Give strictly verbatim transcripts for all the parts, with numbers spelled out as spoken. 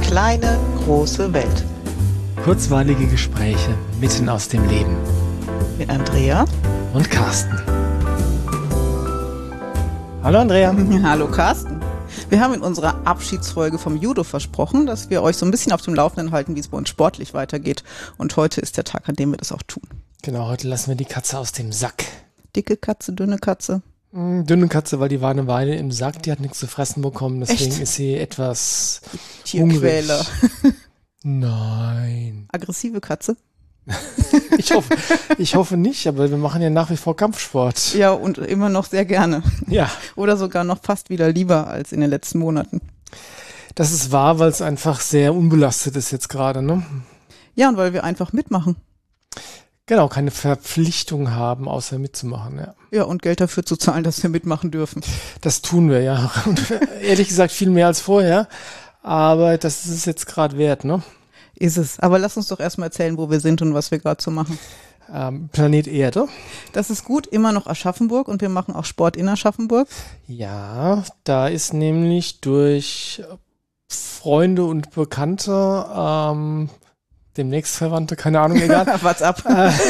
kleine, große Welt. Kurzweilige Gespräche mitten aus dem Leben. Mit Andrea und Carsten. Hallo Andrea. Hallo Carsten. Wir haben in unserer Abschiedsfolge vom Judo versprochen, dass wir euch so ein bisschen auf dem Laufenden halten, wie es bei uns sportlich weitergeht. Und heute ist der Tag, an dem wir das auch tun. Genau, heute lassen wir die Katze aus dem Sack. Dicke Katze, dünne Katze? Dünne Katze, weil die war eine Weile im Sack, die hat nichts zu fressen bekommen, deswegen Echt? ist sie etwas Tierquäler. hungrig. Nein. Aggressive Katze? Ich hoffe, ich hoffe nicht, aber wir machen ja nach wie vor Kampfsport. Ja, und immer noch sehr gerne. Ja. Oder sogar noch fast wieder lieber als in den letzten Monaten. Das ist wahr, weil es einfach sehr unbelastet ist jetzt gerade, ne? Ja, und weil wir einfach mitmachen. Genau, keine Verpflichtung haben, außer mitzumachen, ja. Ja, und Geld dafür zu zahlen, dass wir mitmachen dürfen. Das tun wir, ja. Und ehrlich gesagt viel mehr als vorher. Aber das ist es jetzt gerade wert, ne? Ist es. Aber lass uns doch erstmal erzählen, wo wir sind und was wir gerade so machen. Ähm, Planet Erde. Das ist gut, immer noch Aschaffenburg und wir machen auch Sport in Aschaffenburg. Ja, da ist nämlich durch Freunde und Bekannte, ähm, demnächst Verwandte, keine Ahnung, egal. What's up?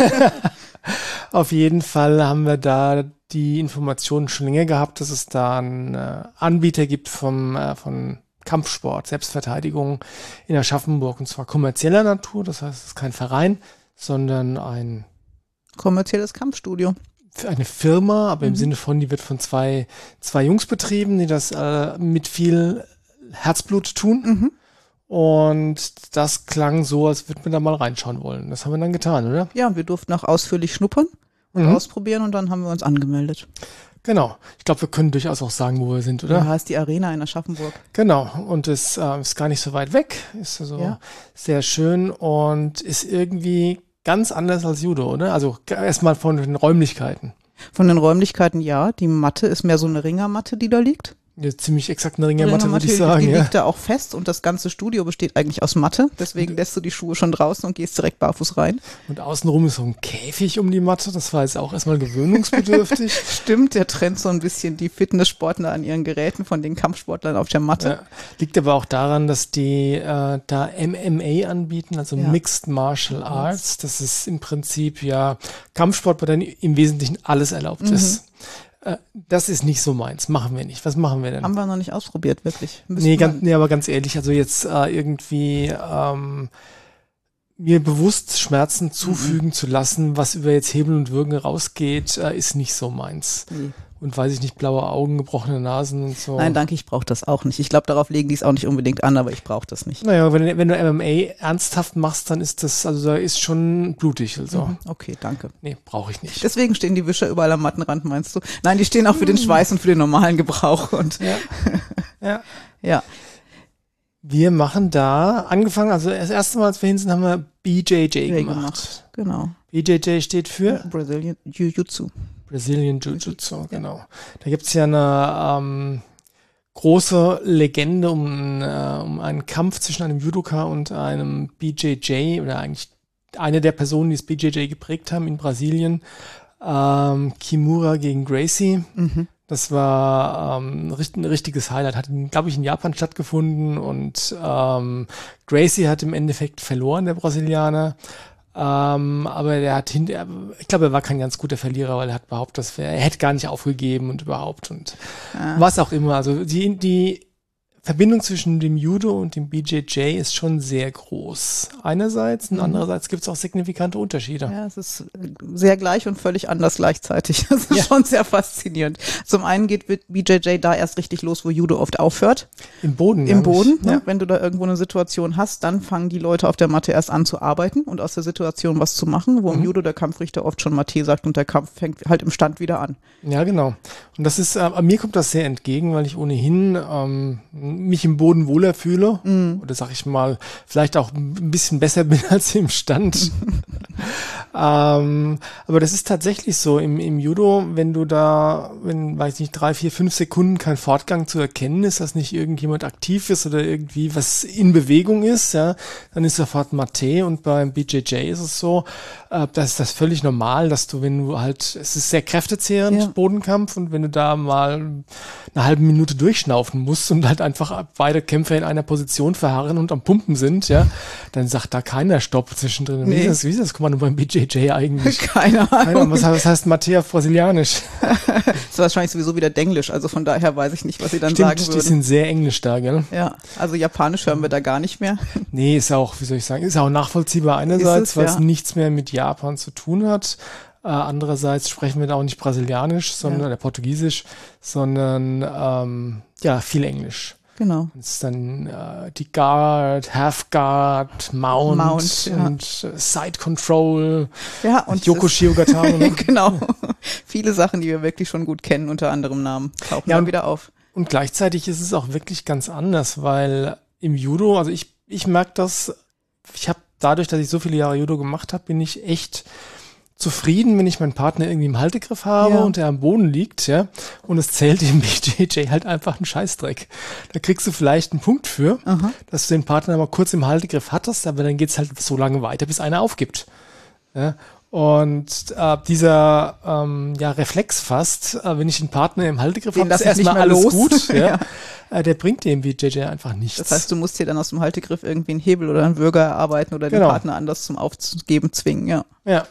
Auf jeden Fall haben wir da die Informationen schon länger gehabt, dass es da einen äh, Anbieter gibt vom, äh, von Kampfsport, Selbstverteidigung in Aschaffenburg, und zwar kommerzieller Natur, das heißt, es ist kein Verein, sondern ein kommerzielles Kampfstudio. Eine Firma, aber Mhm. im Sinne von, die wird von zwei, zwei Jungs betrieben, die das äh, mit viel Herzblut tun. Mhm. Und das klang so, als würden wir da mal reinschauen wollen. Das haben wir dann getan, oder? Ja, und wir durften auch ausführlich schnuppern und Mhm. ausprobieren und dann haben wir uns angemeldet. Genau. Ich glaube, wir können durchaus auch sagen, wo wir sind, oder? Da heißt die Arena in Aschaffenburg. Genau. Und es äh, ist gar nicht so weit weg. Ist also Ja. sehr schön und ist irgendwie ganz anders als Judo, oder? Also erstmal von den Räumlichkeiten. Von den Räumlichkeiten ja, die Matte ist mehr so eine Ringermatte, die da liegt. Ja, ziemlich exakt eine Ringermatte, würde ich die, sagen. Die ja. liegt da auch fest und das ganze Studio besteht eigentlich aus Matte. Deswegen lässt du die Schuhe schon draußen und gehst direkt barfuß rein. Und außenrum ist so ein Käfig um die Matte. Das war jetzt auch erstmal gewöhnungsbedürftig. Stimmt, der trennt so ein bisschen die Fitnesssportler an ihren Geräten von den Kampfsportlern auf der Matte. Ja, liegt aber auch daran, dass die äh, da M M A anbieten, also Ja. Mixed Martial Arts. Das ist im Prinzip ja Kampfsport, wo dann im Wesentlichen alles erlaubt Mhm. ist. Äh, das ist nicht so meins. Machen wir nicht. Was machen wir denn? Haben wir noch nicht ausprobiert, wirklich. Müssten Nee, wir- ganz, nee, aber ganz ehrlich, also jetzt äh, irgendwie ähm, mir bewusst Schmerzen zufügen Mhm. zu lassen, was über jetzt Hebeln und Würgen rausgeht, äh, ist nicht so meins. Nee. Und weiß ich nicht, blaue Augen, gebrochene Nasen und so. Nein, danke, ich brauche das auch nicht. Ich glaube, darauf legen die es auch nicht unbedingt an, aber ich brauche das nicht. Naja, wenn, wenn du M M A ernsthaft machst, dann ist das, also da ist schon blutig. Also, Mhm. Okay, danke. nee, brauche ich nicht. Deswegen stehen die Wischer überall am Mattenrand, meinst du? Nein, die stehen auch für den Schweiß und für den normalen Gebrauch. Und Ja. ja. ja, Wir machen da, angefangen, also das erste Mal, als wir hin sind, haben wir B J J J gemacht. gemacht. Genau. B J J steht für Brazilian Jiu-Jitsu. Brazilian Jiu-Jitsu, genau. Da gibt's ja eine ähm, große Legende um, äh, um einen Kampf zwischen einem Judoka und einem B J J, oder eigentlich eine der Personen, die das B J J geprägt haben in Brasilien, ähm, Kimura gegen Gracie. Mhm. Das war ähm, ein richt- ein richtiges Highlight, hat, glaube ich, in Japan stattgefunden, und ähm, Gracie hat im Endeffekt verloren, der Brasilianer. Ähm, aber der hat hinter, ich glaube, er war kein ganz guter Verlierer, weil er hat behauptet, dass er, er hätte gar nicht aufgegeben und überhaupt und Ah. was auch immer. Also die, die Verbindung zwischen dem Judo und dem B J J ist schon sehr groß. Einerseits und Mhm. andererseits gibt es auch signifikante Unterschiede. Ja, es ist sehr gleich und völlig anders gleichzeitig. Das ist Ja. schon sehr faszinierend. Zum einen geht B J J da erst richtig los, wo Judo oft aufhört. Im Boden. Im ja, Boden. nicht? Ne? Ja. Wenn du da irgendwo eine Situation hast, dann fangen die Leute auf der Matte erst an zu arbeiten und aus der Situation was zu machen, wo im Mhm. Judo der Kampfrichter oft schon Maté sagt und der Kampf fängt halt im Stand wieder an. Ja, genau. Und das ist, äh, mir kommt das sehr entgegen, weil ich ohnehin ähm, mich im Boden wohler fühle. Mhm. Oder sag ich mal, vielleicht auch ein bisschen besser bin als im Stand. ähm, aber das ist tatsächlich so. Im, im Judo, wenn du da, wenn, weiß nicht, drei, vier, fünf Sekunden kein Fortgang zu erkennen ist, dass nicht irgendjemand aktiv ist oder irgendwie was in Bewegung ist, ja, dann ist sofort Maté. Und beim B J J ist es so, äh, das ist das völlig normal, dass du, wenn du halt, es ist sehr kräftezehrend, Ja. Bodenkampf, und wenn du da mal eine halbe Minute durchschnaufen musst und halt einfach einfach beide Kämpfer in einer Position verharren und am Pumpen sind, ja, dann sagt da keiner Stopp zwischendrin. Nee. Wie ist das, wie ist das Kommando beim B J J eigentlich? Keine Ahnung. Keine Ahnung. Was, was heißt Mattea auf Brasilianisch? Das ist wahrscheinlich sowieso wieder Denglisch, also von daher weiß ich nicht, was sie dann Stimmt, sagen würden. Die sind sehr englisch da, gell? Ja, also Japanisch hören wir da gar nicht mehr. Nee, ist auch, wie soll ich sagen, ist auch nachvollziehbar einerseits, weil es ja. nichts mehr mit Japan zu tun hat. Äh, andererseits sprechen wir da auch nicht Brasilianisch, sondern ja. oder Portugiesisch, sondern ähm, ja, viel Englisch. Genau. Das ist dann äh, die Guard, Half Guard, Mount, Mount ja. und äh, Side Control, ja, und Yoko Shiogatame. Ne? Genau. Viele Sachen, die wir wirklich schon gut kennen, unter anderem Namen, tauchen ja, dann wieder auf. Und gleichzeitig ist es auch wirklich ganz anders, weil im Judo, also ich, ich merke das, ich habe dadurch, dass ich so viele Jahre Judo gemacht habe, bin ich echt zufrieden, wenn ich meinen Partner irgendwie im Haltegriff habe ja. und er am Boden liegt, ja, und es zählt im B J J halt einfach ein Scheißdreck. Da kriegst du vielleicht einen Punkt für, Aha. dass du den Partner mal kurz im Haltegriff hattest, aber dann geht's halt so lange weiter, bis einer aufgibt. Ja. Und äh, dieser ähm, ja, Reflex fast, äh, wenn ich den Partner im Haltegriff habe, ist erstmal alles los. gut, ja. ja. Äh, der bringt dem B J J einfach nichts. Das heißt, du musst dir dann aus dem Haltegriff irgendwie einen Hebel oder einen Würger erarbeiten oder genau. den Partner anders zum Aufgeben zwingen, ja. Ja.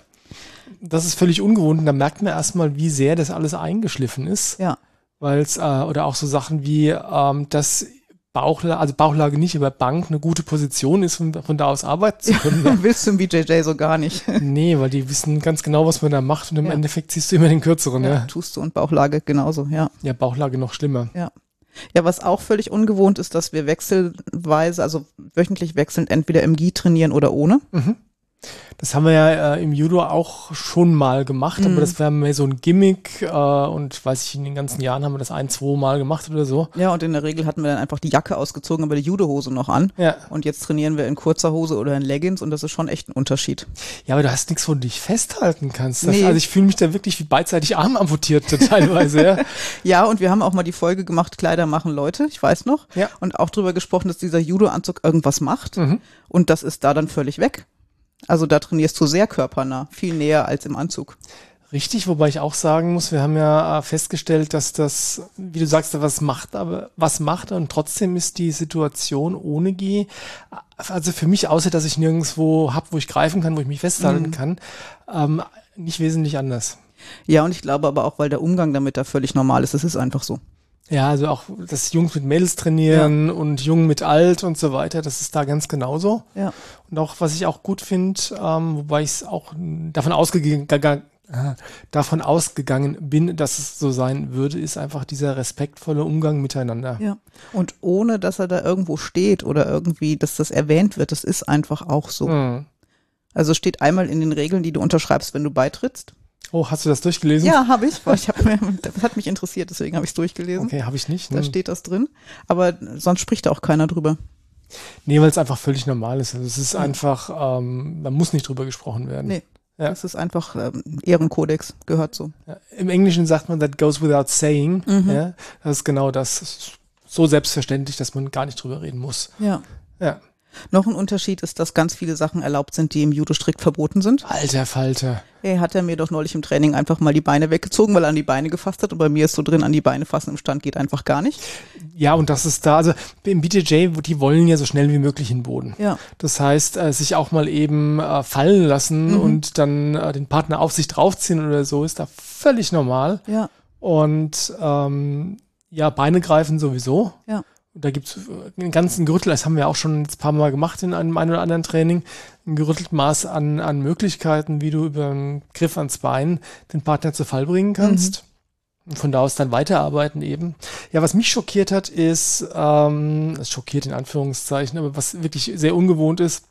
Das ist völlig ungewohnt und da merkt man erstmal, wie sehr das alles eingeschliffen ist. Ja. Weil es, äh, oder auch so Sachen wie, ähm, dass Bauchlage, also Bauchlage nicht, aber Bank eine gute Position ist, um von da aus arbeiten zu können. Ja, willst du im B J J so gar nicht. Nee, weil die wissen ganz genau, was man da macht und im ja. Endeffekt ziehst du immer den kürzeren. Ja, ja, tust du und Bauchlage genauso, ja. Ja, Bauchlage noch schlimmer. Ja. Ja, was auch völlig ungewohnt ist, dass wir wechselweise, also wöchentlich wechselnd entweder im Gi trainieren oder ohne. Mhm. Das haben wir ja äh, im Judo auch schon mal gemacht, mhm. aber das war mehr so ein Gimmick äh, und weiß ich, in den ganzen Jahren haben wir das ein, zwei Mal gemacht oder so. Ja, und in der Regel hatten wir dann einfach die Jacke ausgezogen, aber die Judo-Hose noch an. Ja. Und jetzt trainieren wir in kurzer Hose oder in Leggings und das ist schon echt ein Unterschied. Ja, aber du hast nichts, wo du dich festhalten kannst. Nee. Also ich fühle mich da wirklich wie beidseitig Arm amputiert teilweise. Ja. Ja, und wir haben auch mal die Folge gemacht, Kleider machen Leute, ich weiß noch. Ja. Und auch drüber gesprochen, dass dieser Judo-Anzug irgendwas macht. Mhm. Und das ist da dann völlig weg. Also da trainierst du sehr körpernah, viel näher als im Anzug. Richtig, wobei ich auch sagen muss, wir haben ja festgestellt, dass das, wie du sagst, was macht, aber was macht und trotzdem ist die Situation ohne Gi, also für mich, außer dass ich nirgendwo hab, wo ich greifen kann, wo ich mich festhalten mhm. kann, ähm, nicht wesentlich anders. Ja, und ich glaube aber auch, weil der Umgang damit da völlig normal ist, es ist einfach so. Ja, also auch, dass Jungs mit Mädels trainieren ja. und Jungen mit alt und so weiter, das ist da ganz genauso. Ja. Und auch, was ich auch gut finde, ähm, wobei ich es auch davon ausgegangen, äh, davon ausgegangen bin, dass es so sein würde, ist einfach dieser respektvolle Umgang miteinander. Ja. Und ohne, dass er da irgendwo steht oder irgendwie, dass das erwähnt wird, das ist einfach auch so. Mhm. Also steht einmal in den Regeln, die du unterschreibst, wenn du beitrittst. Oh, hast du das durchgelesen? Ja, habe ich. Weil ich hab mir, das hat mich interessiert, deswegen habe ich es durchgelesen. Okay, habe ich nicht. Ne? Da steht das drin. Aber sonst spricht da auch keiner drüber. Nee, weil es einfach völlig normal ist. Also es ist einfach, ähm, da muss nicht drüber gesprochen werden. Nee, ja. Das ist einfach ähm, Ehrenkodex, gehört so. Ja. Im Englischen sagt man, that goes without saying. Mhm. Ja? Das ist genau das. das ist so selbstverständlich, dass man gar nicht drüber reden muss. Ja. Ja. Noch ein Unterschied ist, dass ganz viele Sachen erlaubt sind, die im Judo strikt verboten sind. Alter Falter. Hey, hat er mir doch neulich im Training einfach mal die Beine weggezogen, weil er an die Beine gefasst hat und bei mir ist so drin, an die Beine fassen im Stand geht einfach gar nicht. Ja, und das ist da, also im B J J, die wollen ja so schnell wie möglich in den Boden. Ja. Das heißt, äh, sich auch mal eben äh, fallen lassen mhm. und dann äh, den Partner auf sich draufziehen oder so, ist da völlig normal. Ja. Und ähm, ja, Beine greifen sowieso. Ja. Da gibt's einen ganzen Gerüttel, das haben wir auch schon ein paar Mal gemacht in einem ein oder anderen Training, ein gerüttelt Maß an, an Möglichkeiten, wie du über einen Griff ans Bein den Partner zu Fall bringen kannst. Mhm. Und von da aus dann weiterarbeiten eben. Ja, was mich schockiert hat, ist, ähm, es schockiert in Anführungszeichen, aber was wirklich sehr ungewohnt ist,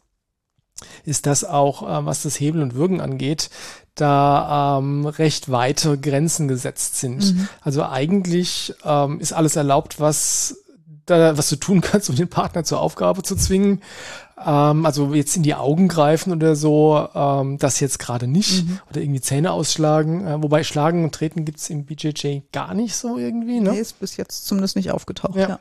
ist, dass auch, äh, was das Hebeln und Würgen angeht, da ähm, recht weite Grenzen gesetzt sind. Mhm. Also eigentlich ähm, ist alles erlaubt, was da, was du tun kannst, um den Partner zur Aufgabe zu zwingen. Ähm, also jetzt in die Augen greifen oder so, ähm, das jetzt gerade nicht. Mhm. Oder irgendwie Zähne ausschlagen. Äh, wobei Schlagen und Treten gibt's im B J J gar nicht so irgendwie. Ne? Nee, ist bis jetzt zumindest nicht aufgetaucht. Ja. Ja.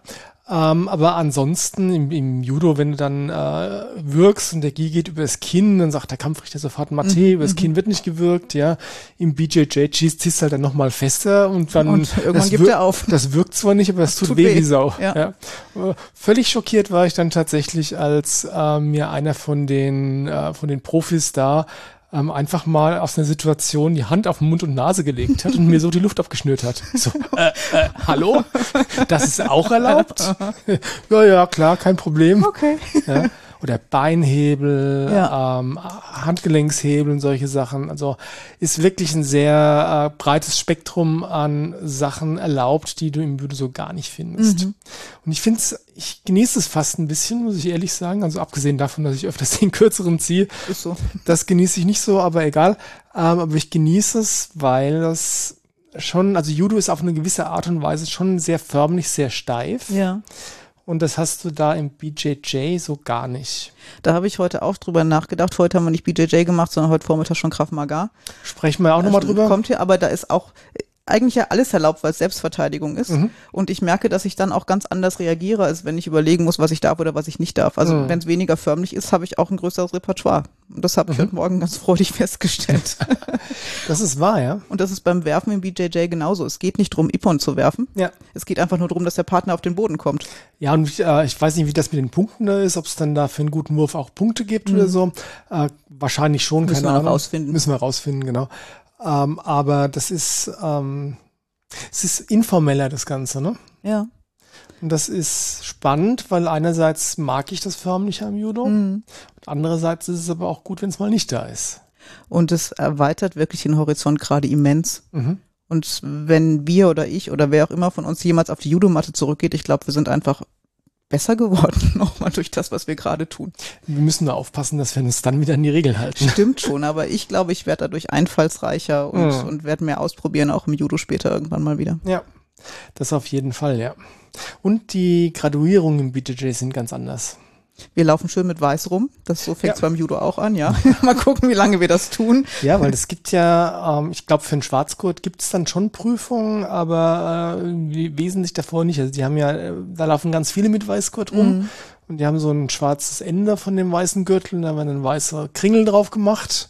Ähm, aber ansonsten im, im Judo, wenn du dann äh, wirkst und der Gi geht über das Kinn, dann sagt der Kampfrichter sofort Mate, mhm. über das Kinn wird nicht gewirkt, ja. Im B J J ziehst du halt dann nochmal fester und dann und irgendwann gibt er auf. Das wirkt zwar nicht, aber es tut, tut weh, weh wie Sau. Ja. Ja. Völlig schockiert war ich dann tatsächlich, als äh, mir einer von den äh, von den Profis da ähm, einfach mal aus einer Situation die Hand auf den Mund und Nase gelegt hat und mir so die Luft abgeschnürt hat. So, äh, äh, hallo? Das ist auch erlaubt? Ja, ja, klar, kein Problem. Okay. Ja. Oder Beinhebel, ja. ähm, Handgelenkshebel und solche Sachen. Also ist wirklich ein sehr äh, breites Spektrum an Sachen erlaubt, die du im Judo so gar nicht findest. Mhm. Und ich finde es, ich genieße es fast ein bisschen, muss ich ehrlich sagen. Also abgesehen davon, dass ich öfters den kürzeren ziehe. Ist so. Das genieße ich nicht so, aber egal. Ähm, aber ich genieße es, weil das schon, also Judo ist auf eine gewisse Art und Weise schon sehr förmlich, sehr steif. Ja. Und das hast du da im B J J so gar nicht. Da habe ich heute auch drüber nachgedacht. Heute haben wir nicht B J J gemacht, sondern heute Vormittag schon Krav Maga. Sprechen wir auch nochmal drüber. Kommt hier, aber da ist auch eigentlich ja alles erlaubt, weil es Selbstverteidigung ist. Mhm. Und ich merke, dass ich dann auch ganz anders reagiere, als wenn ich überlegen muss, was ich darf oder was ich nicht darf. Also mhm. wenn es weniger förmlich ist, habe ich auch ein größeres Repertoire. Und das habe ich mhm. heute Morgen ganz freudig festgestellt. Das ist wahr, ja. Und das ist beim Werfen im B J J genauso. Es geht nicht darum, Ippon zu werfen. Ja. Es geht einfach nur darum, dass der Partner auf den Boden kommt. Ja, und ich, äh, ich weiß nicht, wie das mit den Punkten da ist, ob es dann da für einen guten Wurf auch Punkte gibt mhm. oder so. Äh, wahrscheinlich schon, Müssen keine wir Ahnung. rausfinden. Müssen wir rausfinden, genau. Ähm, aber das ist, ähm, es ist informeller, das Ganze, ne? Ja. Und das ist spannend, weil einerseits mag ich das förmliche am Judo, mhm. und andererseits ist es aber auch gut, wenn es mal nicht da ist. Und es erweitert wirklich den Horizont gerade immens. Mhm. Und wenn wir oder ich oder wer auch immer von uns jemals auf die Judomatte zurückgeht, ich glaube, wir sind einfach besser geworden, nochmal durch das, was wir gerade tun. Wir müssen nur aufpassen, dass wir uns dann wieder an die Regeln halten. Stimmt schon, aber ich glaube, ich werde dadurch einfallsreicher und, ja. und werde mehr ausprobieren, auch im Judo später irgendwann mal wieder. Ja, das auf jeden Fall, ja. Und die Graduierungen im B J J sind ganz anders. Wir laufen schön mit Weiß rum. Das so fängt es ja. beim Judo auch an, ja. Mal gucken, wie lange wir das tun. Ja, weil es gibt ja, ähm, ich glaube, für einen Schwarzgurt gibt es dann schon Prüfungen, aber äh, wesentlich davor nicht. Also die haben ja, da laufen ganz viele mit Weißgurt rum mhm. und die haben so ein schwarzes Ende von dem weißen Gürtel, da werden dann weiße Kringel drauf gemacht.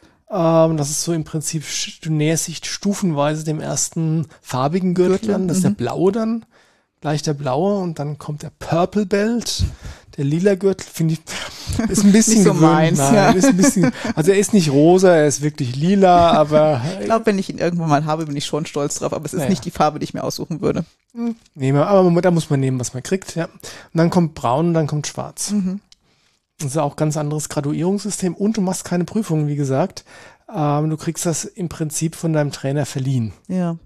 Ähm, das ist so im Prinzip, du näherst dich stufenweise dem ersten farbigen Gürtel, Gürtel. an, das ist mhm. der blaue dann. Gleich der blaue und dann kommt der Purple Belt. Der lila Gürtel, finde ich, ist ein bisschen nicht so meins, Nein, ja. ist ein bisschen, also er ist nicht rosa, er ist wirklich lila, aber ich glaube, wenn ich ihn irgendwann mal habe, bin ich schon stolz drauf, aber es ist naja. nicht die Farbe, die ich mir aussuchen würde. Nehmen wir, aber da muss man nehmen, was man kriegt, ja. Und dann kommt braun und dann kommt schwarz. Mhm. Das ist auch ein ganz anderes Graduierungssystem und du machst keine Prüfungen, wie gesagt. Ähm, du kriegst das im Prinzip von deinem Trainer verliehen. Ja.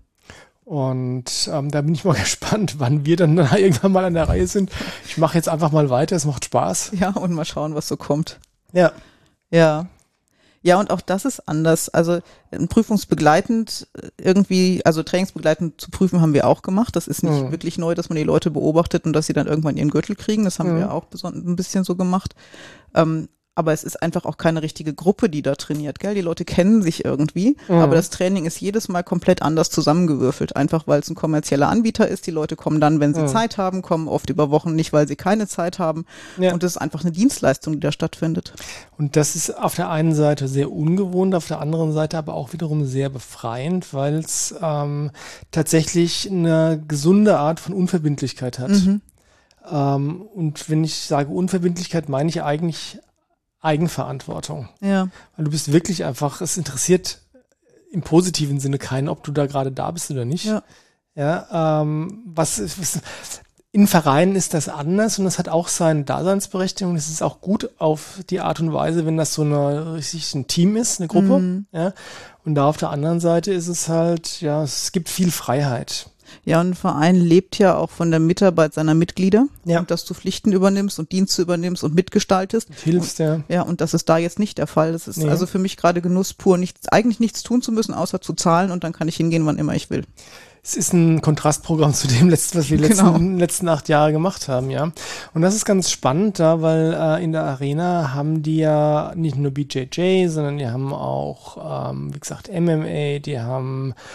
Und ähm, da bin ich mal gespannt, wann wir dann irgendwann mal an der Reihe sind. Ich mache jetzt einfach mal weiter, es macht Spaß. Ja, und mal schauen, was so kommt. Ja. Ja. Ja, und auch das ist anders. Also prüfungsbegleitend irgendwie, also trainingsbegleitend zu prüfen haben wir auch gemacht. Das ist nicht mhm. wirklich neu, dass man die Leute beobachtet und dass sie dann irgendwann ihren Gürtel kriegen. Das haben mhm. wir auch besonders ein bisschen so gemacht. Ähm, aber es ist einfach auch keine richtige Gruppe, die da trainiert, gell? Die Leute kennen sich irgendwie, mhm. aber das Training ist jedes Mal komplett anders zusammengewürfelt, einfach weil es ein kommerzieller Anbieter ist. Die Leute kommen dann, wenn sie mhm. Zeit haben, kommen oft über Wochen nicht, weil sie keine Zeit haben. Ja. Und das ist einfach eine Dienstleistung, die da stattfindet. Und das ist auf der einen Seite sehr ungewohnt, auf der anderen Seite aber auch wiederum sehr befreiend, weil es ähm, tatsächlich eine gesunde Art von Unverbindlichkeit hat. Mhm. Ähm, und wenn ich sage Unverbindlichkeit, meine ich eigentlich Eigenverantwortung. Ja. Weil du bist wirklich einfach, es interessiert im positiven Sinne keinen, ob du da gerade da bist oder nicht. Ja. Ja, ähm, was, was in Vereinen ist das anders und das hat auch seine Daseinsberechtigung. Es ist auch gut auf die Art und Weise, wenn das so eine richtig ein Team ist, eine Gruppe. Mhm. Ja. Und da auf der anderen Seite ist es halt, ja, es gibt viel Freiheit. Ja, und ein Verein lebt ja auch von der Mitarbeit seiner Mitglieder, ja. und dass du Pflichten übernimmst und Dienste übernimmst und mitgestaltest. Und hilfst, und, ja. Ja, und das ist da jetzt nicht der Fall. Das ist nee. also für mich gerade Genuss pur, nichts, eigentlich nichts tun zu müssen, außer zu zahlen und dann kann ich hingehen, wann immer ich will. Es ist ein Kontrastprogramm zu dem, was wir die letzten, genau. letzten acht Jahre gemacht haben, ja. Und das ist ganz spannend da, weil äh, in der Arena haben die ja nicht nur B J J, sondern die haben auch, ähm, wie gesagt, M M A, die haben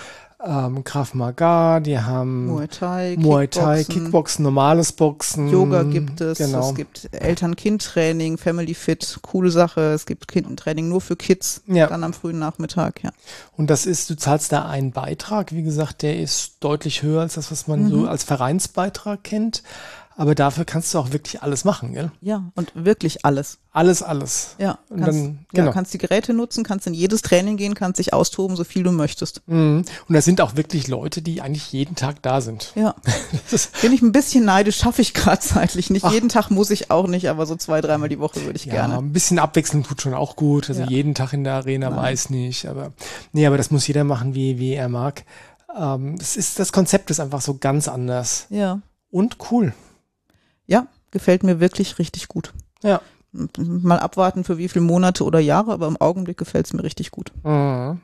ähm, Krav Maga, die haben Muay Thai, Muay Thai, Kickboxen, Kickboxen, normales Boxen. Yoga gibt es, genau. Es gibt Eltern-Kind-Training, Family Fit, coole Sache. Es gibt Kindentraining nur für Kids, ja. dann am frühen Nachmittag, ja. Und das ist, du zahlst da einen Beitrag, wie gesagt, der ist deutlich höher als das, was man Mhm. so als Vereinsbeitrag kennt. Aber dafür kannst du auch wirklich alles machen, gell? Ja, und wirklich alles. Alles, alles. Ja, Und kannst, dann, genau. ja, kannst die Geräte nutzen, kannst in jedes Training gehen, kannst dich austoben, so viel du möchtest. Mhm. Und da sind auch wirklich Leute, die eigentlich jeden Tag da sind. Ja, Das ist, bin ich ein bisschen neidisch, schaffe ich gerade zeitlich nicht. Ach. Jeden Tag muss ich auch nicht, aber so zwei, dreimal die Woche würde ich ja, gerne. ein bisschen Abwechslung tut schon auch gut. Also Ja. jeden Tag in der Arena Nein. weiß nicht. Aber nee, aber das muss jeder machen, wie, wie er mag. Ähm, das ist, das Konzept ist einfach so ganz anders. Ja, Und cool. ja, gefällt mir wirklich richtig gut. Ja. Mal abwarten für wie viele Monate oder Jahre, aber im Augenblick gefällt es mir richtig gut. Mhm.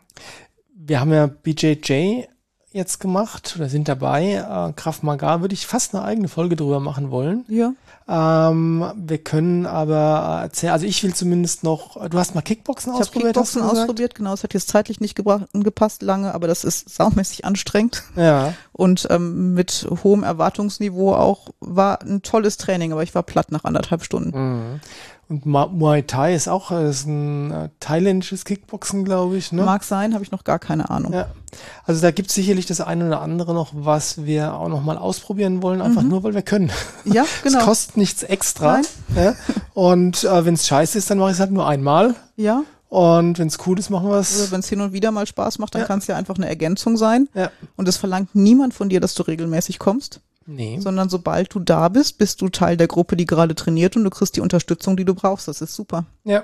Wir haben ja B J J jetzt gemacht oder sind dabei. Äh, Krav Maga würde ich fast eine eigene Folge drüber machen wollen. Ja. Ähm, wir können aber erzählen, also ich will zumindest noch, du hast mal Kickboxen Ich habe ausprobiert? Kickboxen hast du gesagt? ausprobiert, genau, es hat jetzt zeitlich nicht gebra- gepasst lange, aber das ist saumäßig anstrengend Ja. und ähm, mit hohem Erwartungsniveau auch, war ein tolles Training, aber ich war platt nach anderthalb Stunden. Mhm. Und Ma- Muay Thai ist auch äh, ist ein äh, thailändisches Kickboxen, glaube ich. Ne? Mag sein, habe ich noch gar keine Ahnung. Ja. Also da gibt es sicherlich das eine oder andere noch, was wir auch noch mal ausprobieren wollen, einfach Mhm. nur, weil wir können. Ja, genau. Es kostet nichts extra. Nein. Ja? Und äh, wenn es scheiße ist, dann mache ich es halt nur einmal. Ja, Und wenn es cool ist, machen wir oder es. wenn es hin und wieder mal Spaß macht, dann Ja. kann es ja einfach eine Ergänzung sein. Ja. Und es verlangt niemand von dir, dass du regelmäßig kommst, Nee. sondern sobald du da bist, bist du Teil der Gruppe, die gerade trainiert und du kriegst die Unterstützung, die du brauchst. Das ist super. Ja.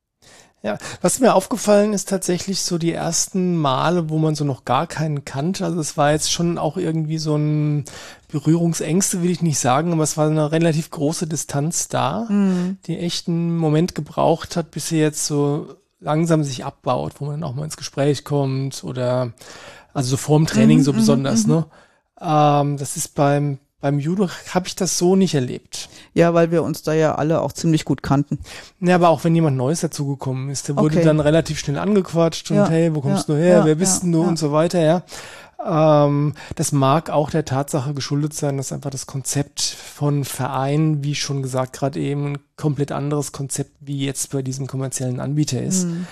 Ja, was mir aufgefallen ist tatsächlich so die ersten Male, wo man so noch gar keinen kannte. Also es war jetzt schon auch irgendwie so ein Berührungsängste, will ich nicht sagen, aber es war eine relativ große Distanz da, Mhm. die echt einen Moment gebraucht hat, bis sie jetzt so langsam sich abbaut, wo man dann auch mal ins Gespräch kommt oder also so vorm Training Mhm, so mhm, besonders, mhm. ne? Ähm, das ist beim beim Judo habe ich das so nicht erlebt. Ja, weil wir uns da ja alle auch ziemlich gut kannten. Ja, aber auch wenn jemand Neues dazugekommen ist, der wurde Okay. dann relativ schnell angequatscht und Ja, hey, wo kommst ja, du her, ja, wer bist ja, denn du ja. und so weiter, ja. Ähm, das mag auch der Tatsache geschuldet sein, dass einfach das Konzept von Verein, wie schon gesagt, gerade eben ein komplett anderes Konzept wie jetzt bei diesem kommerziellen Anbieter ist. Mhm.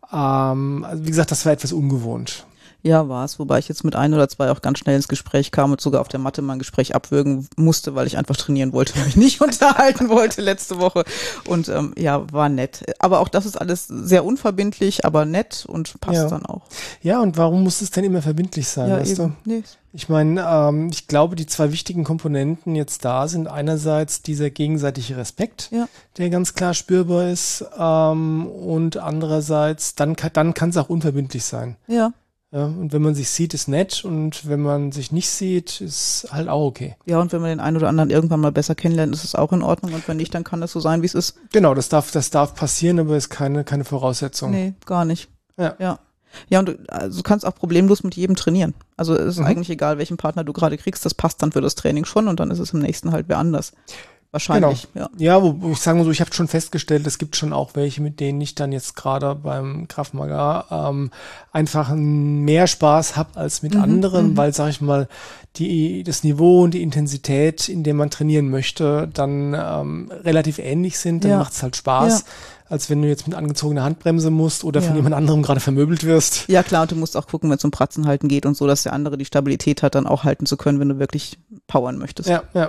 Ähm, also wie gesagt, das war etwas ungewohnt. Ja, war es, wobei ich jetzt mit ein oder zwei auch ganz schnell ins Gespräch kam und sogar auf der Matte mein Gespräch abwürgen musste, weil ich einfach trainieren wollte und mich nicht unterhalten wollte letzte Woche. Und ähm, ja, war nett. Aber auch das ist alles sehr unverbindlich, aber nett und passt Ja. dann auch. Ja, und warum muss es denn immer verbindlich sein, Ja, weißt eben. du? Nee. Ich meine, ähm, ich glaube, die zwei wichtigen Komponenten jetzt da sind einerseits dieser gegenseitige Respekt, Ja. der ganz klar spürbar ist, ähm, und andererseits, dann, kann- dann kann es auch unverbindlich sein. Ja. Ja, und wenn man sich sieht, ist nett und wenn man sich nicht sieht, ist halt auch okay. Ja, und wenn man den einen oder anderen irgendwann mal besser kennenlernt, ist es auch in Ordnung. Und wenn nicht, dann kann das so sein, wie es ist. Genau, das darf, das darf passieren, aber ist keine, keine Voraussetzung. Nee, gar nicht. Ja. Ja. Ja, und du, also du kannst auch problemlos mit jedem trainieren. Also es ist Mhm. eigentlich egal, welchen Partner du gerade kriegst, das passt dann für das Training schon und dann ist es im nächsten halt wer anders. Wahrscheinlich, ja. Ja, wo, wo ich sagen muss, so, ich habe schon festgestellt, es gibt schon auch welche, mit denen ich dann jetzt gerade beim Krav Maga ähm, einfach mehr Spaß habe als mit Mhm, anderen, mhm. weil, sag ich mal, die das Niveau und die Intensität, in dem man trainieren möchte, dann ähm, relativ ähnlich sind. Dann Ja. macht's halt Spaß, Ja. als wenn du jetzt mit angezogener Handbremse musst oder von Ja. jemand anderem gerade vermöbelt wirst. Ja, klar, und du musst auch gucken, wenn es um Pratzen halten geht und so, dass der andere die Stabilität hat, dann auch halten zu können, wenn du wirklich powern möchtest. Ja, ja.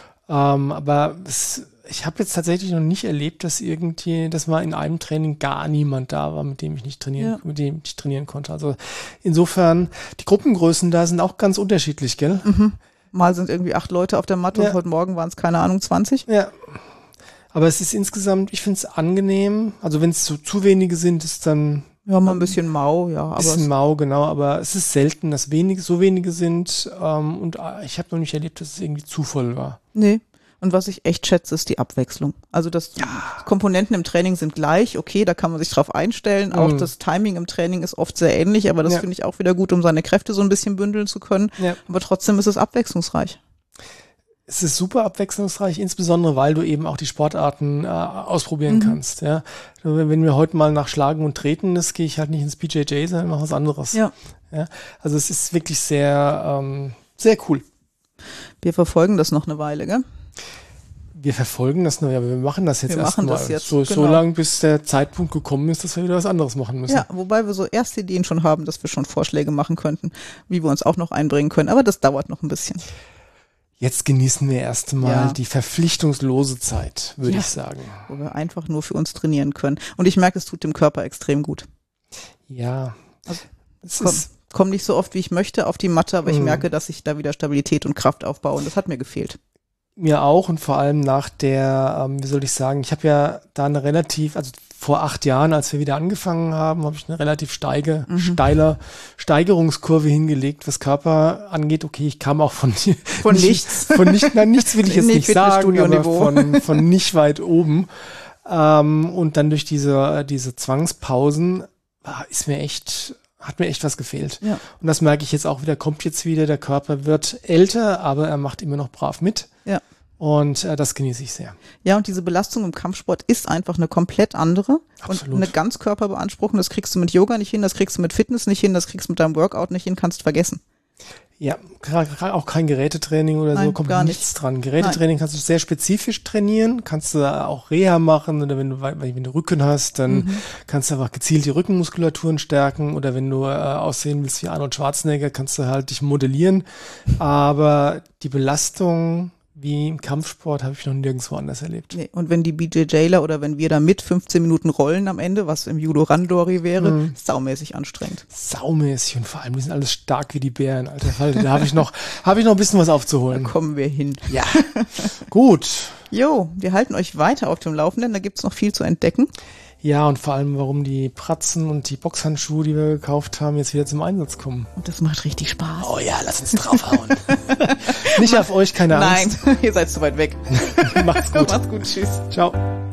Ähm, aber es, ich habe jetzt tatsächlich noch nicht erlebt, dass irgendwie, dass mal in einem Training gar niemand da war, mit dem ich nicht trainieren, Ja. mit dem ich trainieren konnte. Also insofern, die Gruppengrößen da sind auch ganz unterschiedlich, gell? Mhm. Mal sind irgendwie acht Leute auf der Matte Ja. und heute Morgen waren es, keine Ahnung, zwanzig. Ja. Aber es ist insgesamt, ich finde es angenehm. Also wenn es so zu wenige sind, ist dann Ja, mal ein bisschen mau, ja, ein aber bisschen es, mau, genau. Aber es ist selten, dass wenige, so wenige sind. Ähm, und äh, ich habe noch nicht erlebt, dass es irgendwie zu voll war. nee. Und was ich echt schätze, ist die Abwechslung. Also das Komponenten im Training sind gleich, okay, da kann man sich drauf einstellen. Auch Mhm. das Timing im Training ist oft sehr ähnlich, aber das Ja. finde ich auch wieder gut, um seine Kräfte so ein bisschen bündeln zu können. Ja. Aber trotzdem ist es abwechslungsreich. Es ist super abwechslungsreich, insbesondere weil du eben auch die Sportarten äh, ausprobieren mhm. kannst. Ja, wenn mir heute mal nach Schlagen und Treten ist, gehe ich halt nicht ins B J J, sondern mache was anderes. Ja. Ja, also es ist wirklich sehr, ähm, sehr cool. Wir verfolgen das noch eine Weile, gell? Wir verfolgen das nur, ja, aber wir machen das jetzt wir erstmal. machen das jetzt, so, genau. so lange, bis der Zeitpunkt gekommen ist, dass wir wieder was anderes machen müssen. Ja, wobei wir so erste Ideen schon haben, dass wir schon Vorschläge machen könnten, wie wir uns auch noch einbringen können. Aber das dauert noch ein bisschen. Jetzt genießen wir erst mal ja. die verpflichtungslose Zeit, würde ja. ich sagen. Wo wir einfach nur für uns trainieren können. Und ich merke, es tut dem Körper extrem gut. Ja. Also, es komm, ist komm nicht so oft, wie ich möchte, auf die Matte, aber ich merke, dass ich da wieder Stabilität und Kraft aufbaue. Und das hat mir gefehlt. Mir auch und vor allem nach der, ähm, wie soll ich sagen, ich habe ja da eine relativ, also vor acht Jahren, als wir wieder angefangen haben, habe ich eine relativ steige, mhm. steile Steigerungskurve hingelegt, was Körper angeht. Okay, ich kam auch von von nicht, nichts, von nicht, nein, nichts will ich jetzt nicht sagen, aber von von nicht weit oben. Ähm, und dann durch diese diese Zwangspausen ah, ist mir echt hat mir echt was gefehlt. Ja. Und das merke ich jetzt auch wieder, kommt jetzt wieder, der Körper wird älter, aber er macht immer noch brav mit. Ja. Und äh, das genieße ich sehr. Ja, und diese Belastung im Kampfsport ist einfach eine komplett andere. Absolut. Und eine Ganzkörperbeanspruchung, das kriegst du mit Yoga nicht hin, das kriegst du mit Fitness nicht hin, das kriegst du mit deinem Workout nicht hin, kannst vergessen. Ja, auch kein Gerätetraining oder Nein, so, kommt gar nichts nicht. dran. Gerätetraining Nein. kannst du sehr spezifisch trainieren, kannst du auch Reha machen oder wenn du, wenn du Rücken hast, dann mhm. kannst du einfach gezielt die Rückenmuskulaturen stärken oder wenn du äh, aussehen willst wie Arnold Schwarzenegger, kannst du halt dich modellieren. Aber die Belastung wie im Kampfsport habe ich noch nirgendwo anders erlebt. Nee, und wenn die B J Jler oder wenn wir da mit fünfzehn Minuten rollen am Ende, was im Judo Randori wäre, mhm. saumäßig anstrengend. Saumäßig und vor allem, die sind alles stark wie die Bären, alter Falter. Da habe ich noch, habe ich noch ein bisschen was aufzuholen. Da kommen wir hin. Ja, gut. Jo, wir halten euch weiter auf dem Laufenden, da gibt's noch viel zu entdecken. Ja, und vor allem, warum die Pratzen und die Boxhandschuhe, die wir gekauft haben, jetzt wieder zum Einsatz kommen. Und das macht richtig Spaß. Oh ja, lass uns draufhauen. Nicht auf euch, keine Angst. Nein, ihr seid zu weit weg. Macht's gut. Macht's gut, tschüss. Ciao.